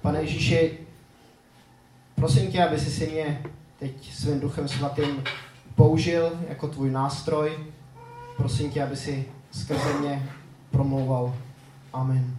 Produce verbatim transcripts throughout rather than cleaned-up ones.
Pane Ježíši, prosím tě, aby si mě teď svým Duchem Svatým použil jako tvůj nástroj. Prosím tě, aby si skrze mě promlouval. Amen.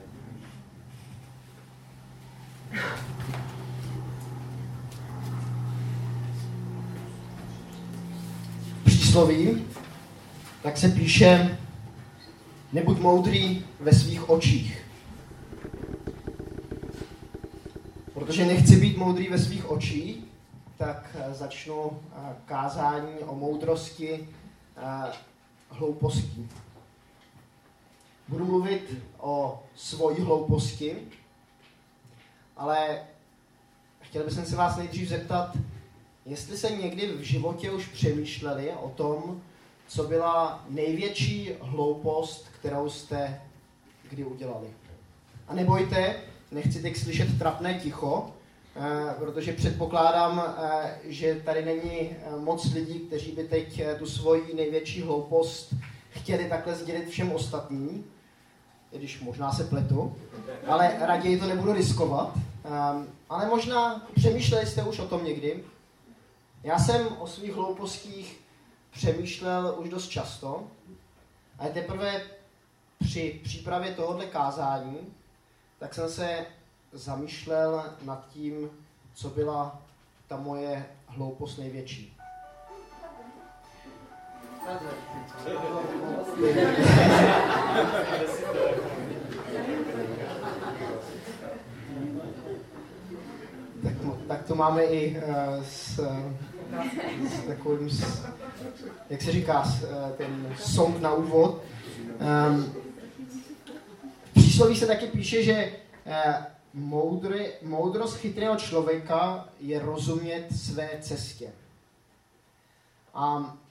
Přísloví, tak se píše: nebuď moudrý ve svých očích. Protože nechci být moudrý ve svých očích, tak začnu kázání o moudrosti hlouposti. Budu mluvit o svojí hlouposti, ale chtěl bych se vás nejdřív zeptat, jestli se někdy v životě už přemýšleli o tom, co byla největší hloupost, kterou jste kdy udělali. A nebojte, nechci teď slyšet trapné ticho, protože předpokládám, že tady není moc lidí, kteří by teď tu svoji největší hloupost chtěli takhle sdělit všem ostatním, i když možná se pletu, ale raději to nebudu riskovat. Ale možná přemýšleli jste už o tom někdy. Já jsem o svých hloupostích přemýšlel už dost často, ale teprve při přípravě tohohle kázání, tak jsem se zamýšlel nad tím, co byla ta moje hloupost největší. tak, tak to máme i uh, s, s takovým, s, jak se říká, s, ten song na úvod. Um, v přísloví se taky píše, že uh, moudry, moudrost chytrého člověka je rozumět své cestě. A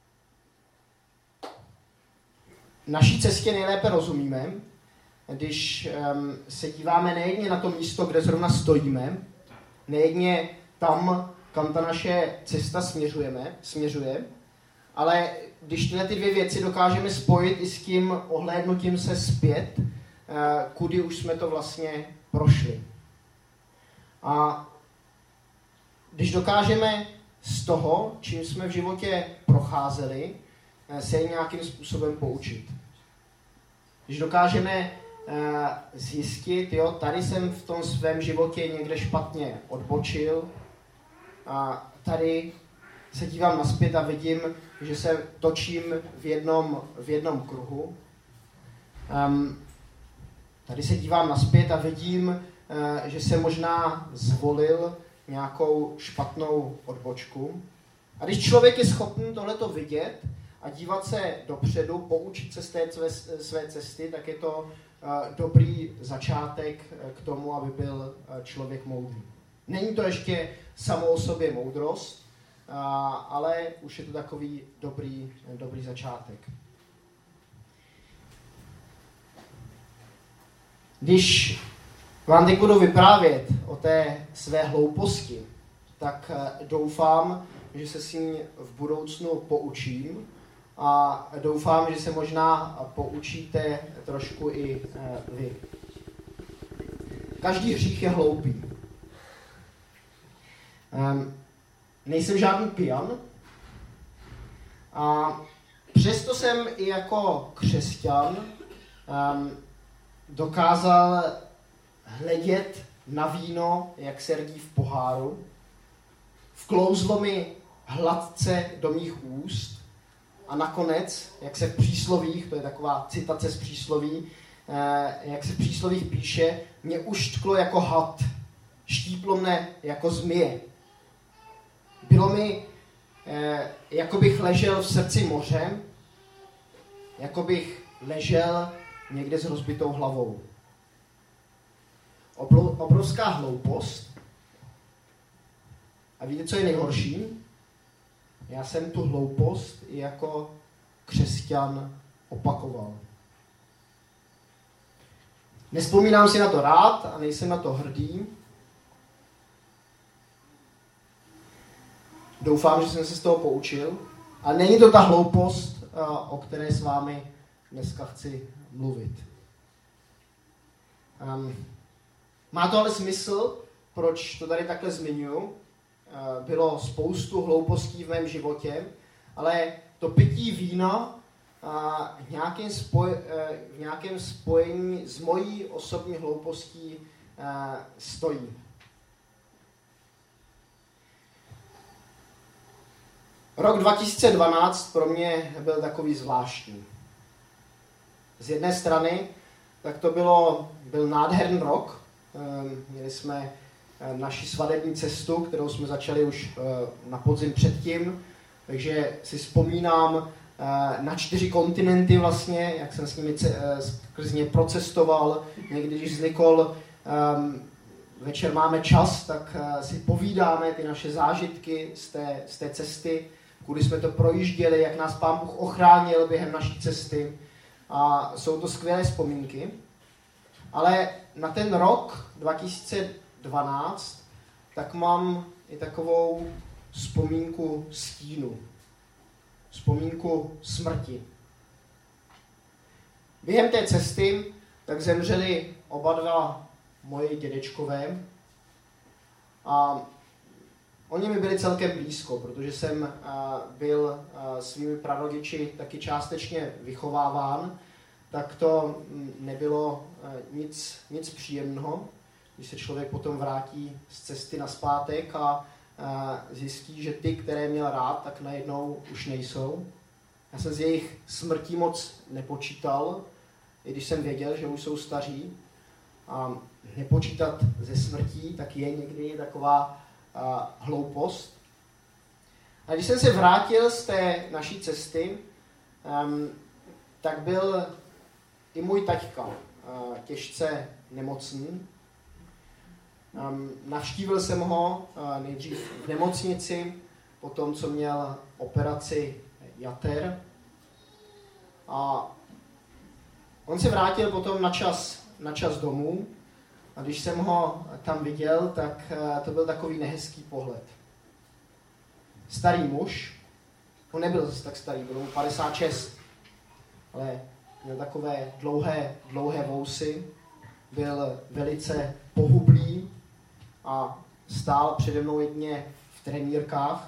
naší cestě nejlépe rozumíme, když um, se díváme nejedně na to místo, kde zrovna stojíme, nejedně tam, kam ta naše cesta směřujeme, směřuje, ale když tyhle ty dvě věci dokážeme spojit i s tím ohlédnutím se zpět, uh, kudy už jsme to vlastně prošli. A když dokážeme z toho, čím jsme v životě procházeli, se nějakým způsobem poučit. Když dokážeme uh, zjistit, jo, tady jsem v tom svém životě někde špatně odbočil a tady se dívám nazpět a vidím, že se točím v jednom, v jednom kruhu. Um, tady se dívám nazpět a vidím, uh, že jsem možná zvolil nějakou špatnou odbočku. A když člověk je schopný tohleto vidět a dívat se dopředu, poučit se z té své, své cesty, tak je to uh, dobrý začátek k tomu, aby byl uh, člověk moudrý. Není to ještě samo o sobě moudrost, uh, ale už je to takový dobrý, dobrý začátek. Když vám teď budu vyprávět o té své hlouposti, tak uh, doufám, že se s ní v budoucnu poučím a doufám, že se možná poučíte trošku i uh, vy. Každý hřích je hloupý. Um, nejsem žádný pijan a přesto jsem i jako křesťan um, dokázal hledět na víno, jak se rdí v poháru. Vklouzlo mi hladce do mých úst a nakonec, jak se v příslovích, to je taková citace z přísloví, eh, jak se v příslovích píše, mě uštklo jako had, štíplo mne jako zmije. Bylo mi, eh, jako bych ležel v srdci moře, jako bych ležel někde s rozbitou hlavou. Obrovská hloupost. A víte, co je nejhorší? Já jsem tu hloupost i jako křesťan opakoval. Nespomínám si na to rád a nejsem na to hrdý. Doufám, že jsem se z toho poučil. Ale není to ta hloupost, o které s vámi dneska chci mluvit. Um, Má to ale smysl, proč to tady takhle zmiňuji. Bylo spoustu hloupostí v mém životě, ale to pití vína v nějakém, spoj, v nějakém spojení s mojí osobní hloupostí stojí. Rok dva tisíce dvanáct pro mě byl takový zvláštní. Z jedné strany, tak to bylo, byl nádherný rok. Měli jsme naši svadební cestu, kterou jsme začali už na podzim předtím. Takže si vzpomínám na čtyři kontinenty vlastně, jak jsem s nimi skrz ně procestoval. Někdy, když vznikl večer máme čas, tak si povídáme ty naše zážitky z té, z té cesty, kudy jsme to projížděli, jak nás Pán Bůh ochránil během naší cesty. A jsou to skvělé vzpomínky. Ale na ten rok dva tisíce dvanáct tak mám i takovou vzpomínku stínu. Vzpomínku smrti. Během té cesty tak zemřeli oba dva moji dědečkové a oni mi byli celkem blízko, protože jsem byl svými prarodiči taky částečně vychováván, tak to nebylo nic, nic příjemného, když se člověk potom vrátí z cesty nazpátek a zjistí, že ty, které měl rád, tak najednou už nejsou. Já jsem z jejich smrtí moc nepočítal, i když jsem věděl, že už jsou staří. A nepočítat ze smrtí, tak je někdy taková a, hloupost. A když jsem se vrátil z té naší cesty, um, tak byl i můj taťka uh, těžce nemocný. Um, navštívil jsem ho uh, nejdřív v nemocnici, potom co měl operaci jater. A on se vrátil potom na čas, na čas domů. A když jsem ho tam viděl, tak uh, to byl takový nehezký pohled. Starý muž, on nebyl zase tak starý, byl mu padesát šest, ale měl takové dlouhé, dlouhé vousy, byl velice pohublý a stál přede mnou jedně v trenýrkách.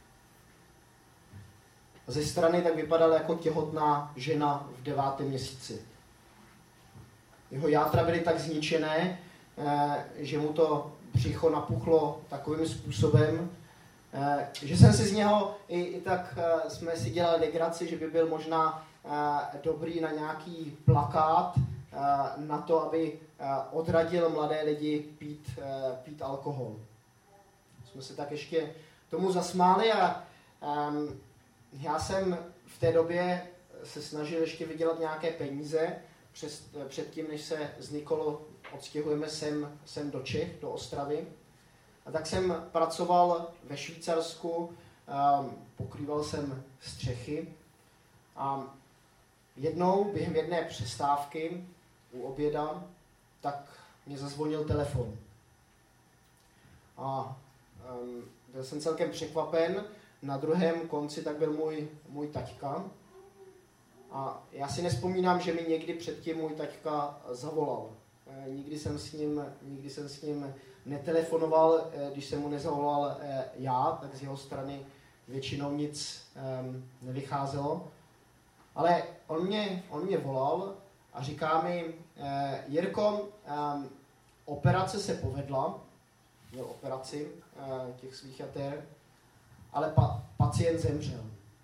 A ze strany tak vypadal jako těhotná žena v devátém měsíci. Jeho játra byly tak zničené, že mu to břicho napuchlo takovým způsobem, že jsem si z něho i, i tak jsme si dělali legraci, že by byl možná dobrý na nějaký plakát na to, aby odradil mladé lidi pít, pít alkohol. Jsme se tak ještě tomu zasmáli a um, já jsem v té době se snažil ještě vydělat nějaké peníze přes, předtím, než se z Nikolo odstěhujeme sem, sem do Čech, do Ostravy. A tak jsem pracoval ve Švýcarsku, um, pokrýval jsem střechy a jednou během jedné přestávky u oběda, tak mě zazvonil telefon. A um, byl jsem celkem překvapen. Na druhém konci tak byl můj, můj taťka. A já si nevzpomínám, že mi někdy předtím můj taťka zavolal. E, nikdy jsem s ním, nikdy jsem s ním netelefonoval, e, když jsem mu nezavolal e, já, tak z jeho strany většinou nic e, nevycházelo. Ale on mě, on mě volal a říká mi, e, Jirko, e, operace se povedla, měl operaci e, těch svých jater, ale pa, pacient zemřel.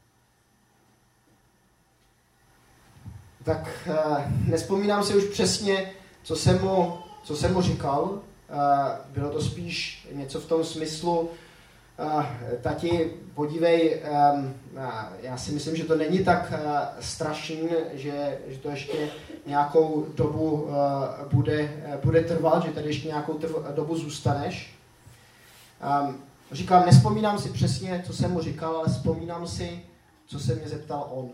Tak e, nespomínám si už přesně, co jsem mu, co jsem mu říkal. E, bylo to spíš něco v tom smyslu, e, tati, podívej, e, já si myslím, že to není tak e, strašný, že, že to ještě nějakou dobu e, bude, e, bude trvat, že tady ještě nějakou trv, dobu zůstaneš. E, říkám, nespomínám si přesně, co jsem mu říkal, ale vzpomínám si, co se mě zeptal on.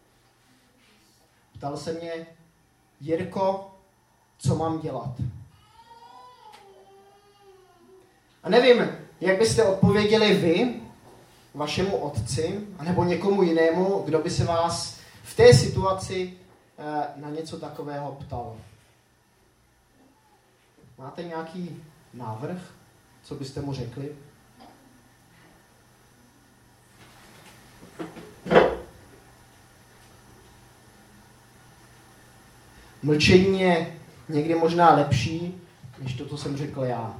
Ptal se mě, Jirko, co mám dělat? A nevím, jak byste odpověděli vy, vašemu otci, anebo někomu jinému, kdo by se vás v té situaci na něco takového ptal. Máte nějaký návrh, co byste mu řekli? Mlčení je někdy možná lepší, než to, co jsem řekl já.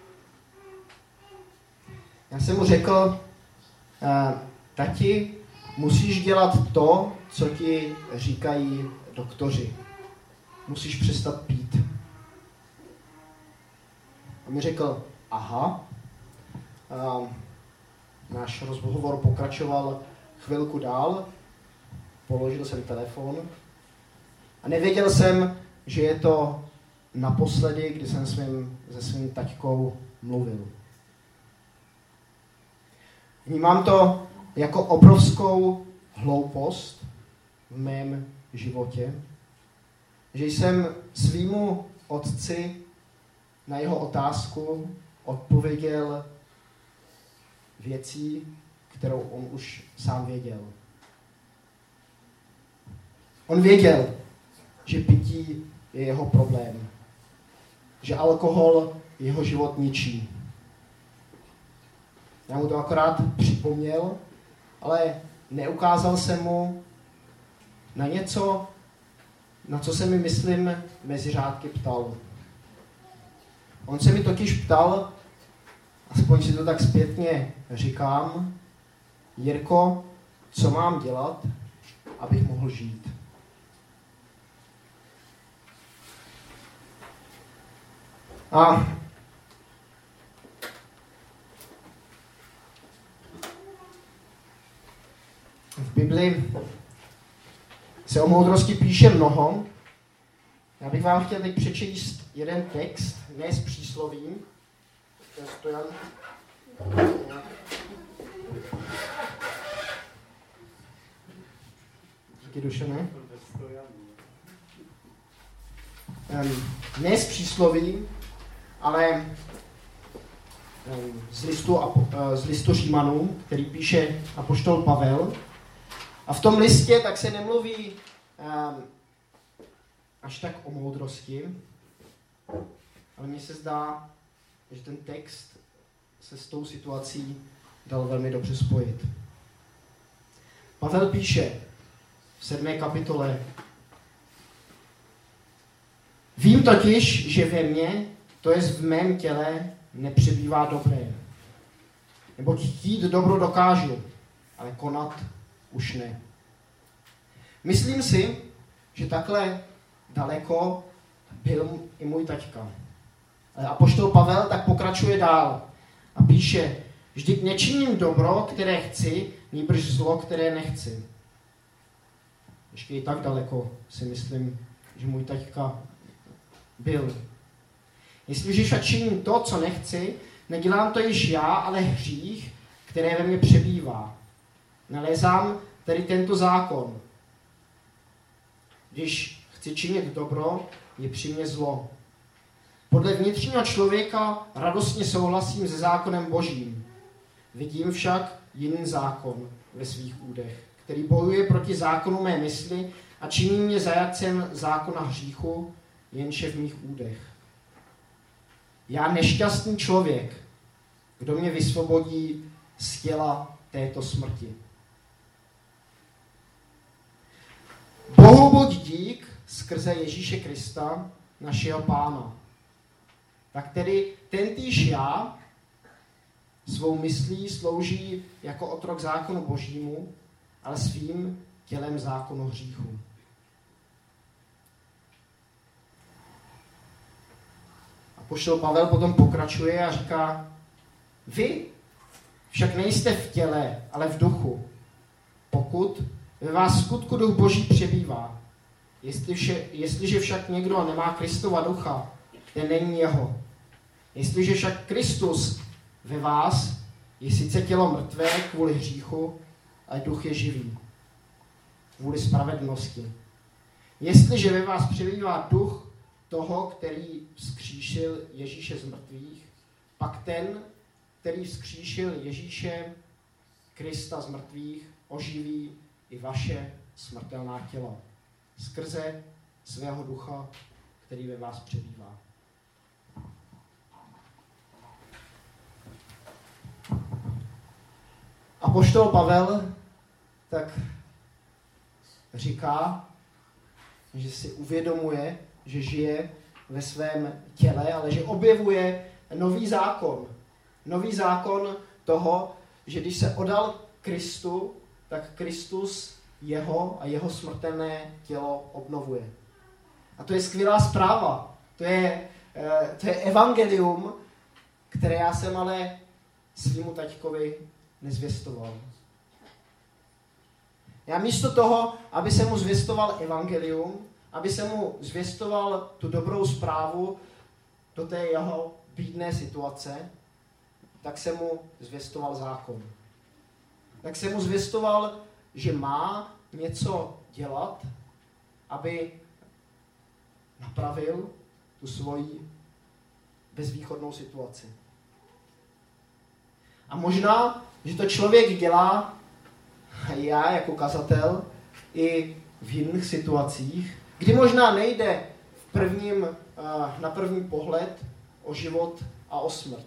Já jsem mu řekl, tati, musíš dělat to, co ti říkají doktoři. Musíš přestat pít. A mi řekl, aha. A náš rozhovor pokračoval chvilku dál. Položil jsem telefon. A nevěděl jsem, že je to naposledy, kdy jsem svým, se svým taťkou mluvil. Vnímám to jako obrovskou hloupost v mém životě, že jsem svýmu otci na jeho otázku odpověděl věcí, kterou on už sám věděl. On věděl, že pití je jeho problém, že alkohol jeho život ničí. Já mu to akorát připomněl, ale neukázal jsem mu na něco, na co se mi, myslím, mezi řádky ptal. On se mi totiž ptal, aspoň si to tak zpětně říkám, Jirko, co mám dělat, abych mohl žít? A v Bibli se o moudrosti píše mnoho. Já bych vám chtěl teď přečíst jeden text, ne s příslovím. To je Stojan. Díky, Duše, ne? Um, ne s příslovím, ale um, z listu, uh, z listu Římanů, který píše apoštol Pavel. A v tom listě tak se nemluví um, až tak o moudrosti, ale mně se zdá, že ten text se s tou situací dal velmi dobře spojit. Pavel píše v sedmé kapitole: Vím totiž, že ve mně, to jest v mém těle, nepřebývá dobré. Neboť chtít dobro dokážu, ale konat už ne. Myslím si, že takhle daleko byl i můj taťka. Ale apoštol Pavel tak pokračuje dál a píše: Vždyť nečiním dobro, které chci, nýbrž zlo, které nechci. Ještě i tak daleko si myslím, že můj taťka byl. Jestliže však činím to, co nechci, nedělám to již já, ale hřích, které ve mně přebývá. Nalézám tedy tento zákon. Když chci činit dobro, je při mně zlo. Podle vnitřního člověka radostně souhlasím se zákonem Božím. Vidím však jiný zákon ve svých údech, který bojuje proti zákonu mé mysli a činí mě zajatcem zákona hříchu, jenž je v mých údech. Já nešťastný člověk, kdo mě vysvobodí z těla této smrti. Bohu buď dík skrze Ježíše Krista, našeho Pána. Tak tedy tentýž já svou myslí slouží jako otrok zákonu Božímu, ale svým tělem zákonu hříchu. Apoštol Pavel potom pokračuje a říká: Vy však nejste v těle, ale v duchu, pokud ve vás skutku duch Boží přebývá. Jestliže, jestliže však někdo nemá Kristova ducha, ten není jeho. Jestliže však Kristus ve vás je sice tělo mrtvé kvůli hříchu, ale duch je živý kvůli spravedlnosti. Jestliže ve vás přebývá duch toho, který vzkříšil Ježíše z mrtvých, pak ten, který vzkříšil Ježíše Krista z mrtvých, oživí i vaše smrtelná těla skrze svého ducha, který ve vás přebývá. apoštol Pavel tak říká, že si uvědomuje, že žije ve svém těle, ale že objevuje nový zákon. Nový zákon toho, že když se odal Kristu, tak Kristus jeho a jeho smrtelné tělo obnovuje. A to je skvělá zpráva. To je, to je evangelium, které já jsem ale svýmu taťkovi nezvěstoval. Já místo toho, aby se mu zvěstoval evangelium, aby se mu zvěstoval tu dobrou zprávu do té jeho bídné situace, tak se mu zvěstoval zákon. Tak se mu zvěstoval, že má něco dělat, aby napravil tu svoji bezvýchodnou situaci. A možná, že to člověk dělá, já jako kazatel, i v jiných situacích, kdy možná nejde v prvním, na první pohled o život a o smrt.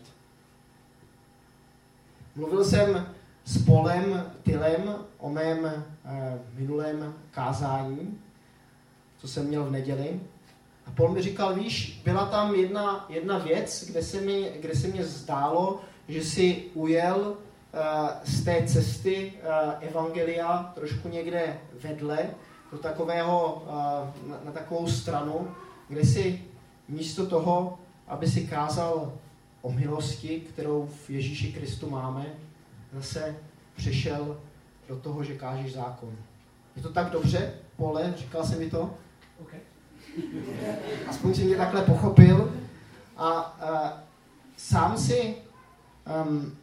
Mluvil jsem s Polem Tylem o mém minulém kázání, co jsem měl v neděli. A Pol mi říkal, víš, byla tam jedna, jedna věc, kde se, mi, kde se mi zdálo, že si ujel uh, z té cesty uh, evangelia trošku někde vedle, do takového, uh, na, na takovou stranu, kde si místo toho, aby si kázal o milosti, kterou v Ježíši Kristu máme, zase přešel do toho, že kážeš zákon. Je to tak dobře, Pole? Říkal jsi mi to? Okay. Aspoň si mě takhle pochopil. A uh, sám si um,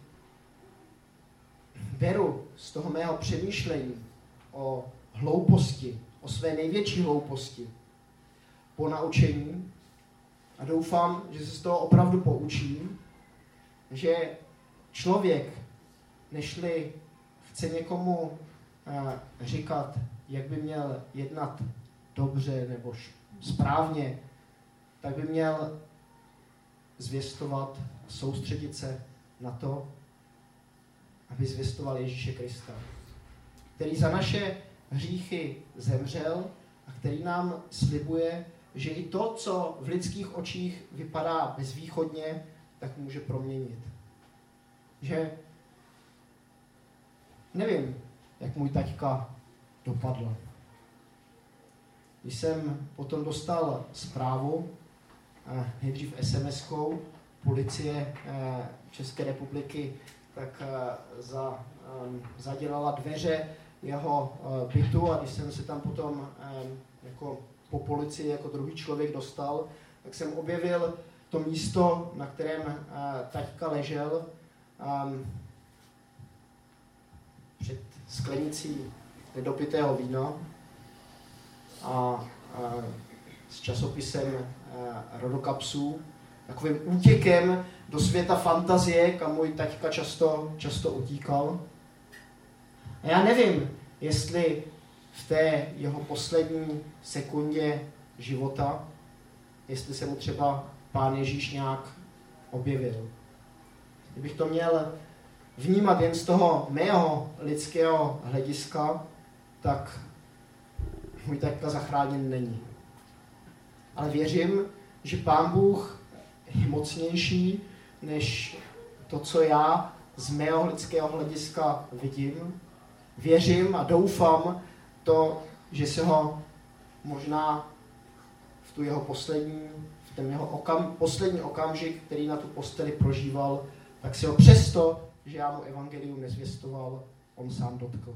beru z toho mého přemýšlení o hlouposti, o své největší hlouposti, po naučení a doufám, že se z toho opravdu poučím, že člověk, nežli chce někomu uh, říkat, jak by měl jednat dobře nebo správně, tak by měl zvěstovat, soustředit se na to, aby zvěstoval Ježíše Krista, který za naše hříchy zemřel a který nám slibuje, že i to, co v lidských očích vypadá bezvýchodně, tak může proměnit. Že nevím, jak můj taťka dopadl. Když jsem potom dostal zprávu, nejdřív es em eskou policie České republiky, tak za, zadělala dveře jeho bytu a když jsem se tam potom jako po policii jako druhý člověk dostal, tak jsem objevil to místo, na kterém taťka ležel před sklenicí nedopitého vína a, a s časopisem a, Rodokapsů, takovým útěkem do světa fantazie, kam můj taťka často, často utíkal. A já nevím, jestli v té jeho poslední sekundě života, jestli se mu třeba Pán Ježíš nějak objevil. Kdybych to měl vnímat jen z toho mého lidského hlediska, tak můj taťka zachráněn není. Ale věřím, že Pán Bůh je mocnější, než to, co já z mého lidského hlediska vidím. Věřím a doufám to, že se ho možná v tu jeho poslední, v ten jeho okam, poslední okamžik, který na tu posteli prožíval, tak si ho přesto, že já mu evangelium nezvěstoval, on sám dotkl.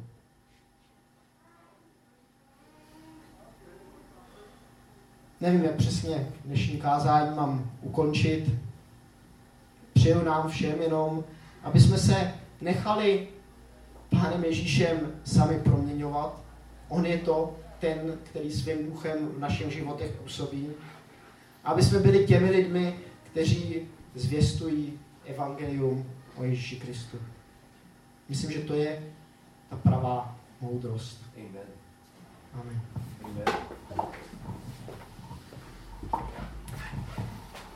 Nevím, jak přesně dnešní kázání mám ukončit. Přeju nám všem jenom, aby jsme se nechali Pánem Ježíšem sami proměňovat. On je to, ten, který svým duchem v našem životech působí. Aby jsme byli těmi lidmi, kteří zvěstují evangelium o Ježíši Kristu. Myslím, že to je ta pravá moudrost. Amen. Amen. Amen.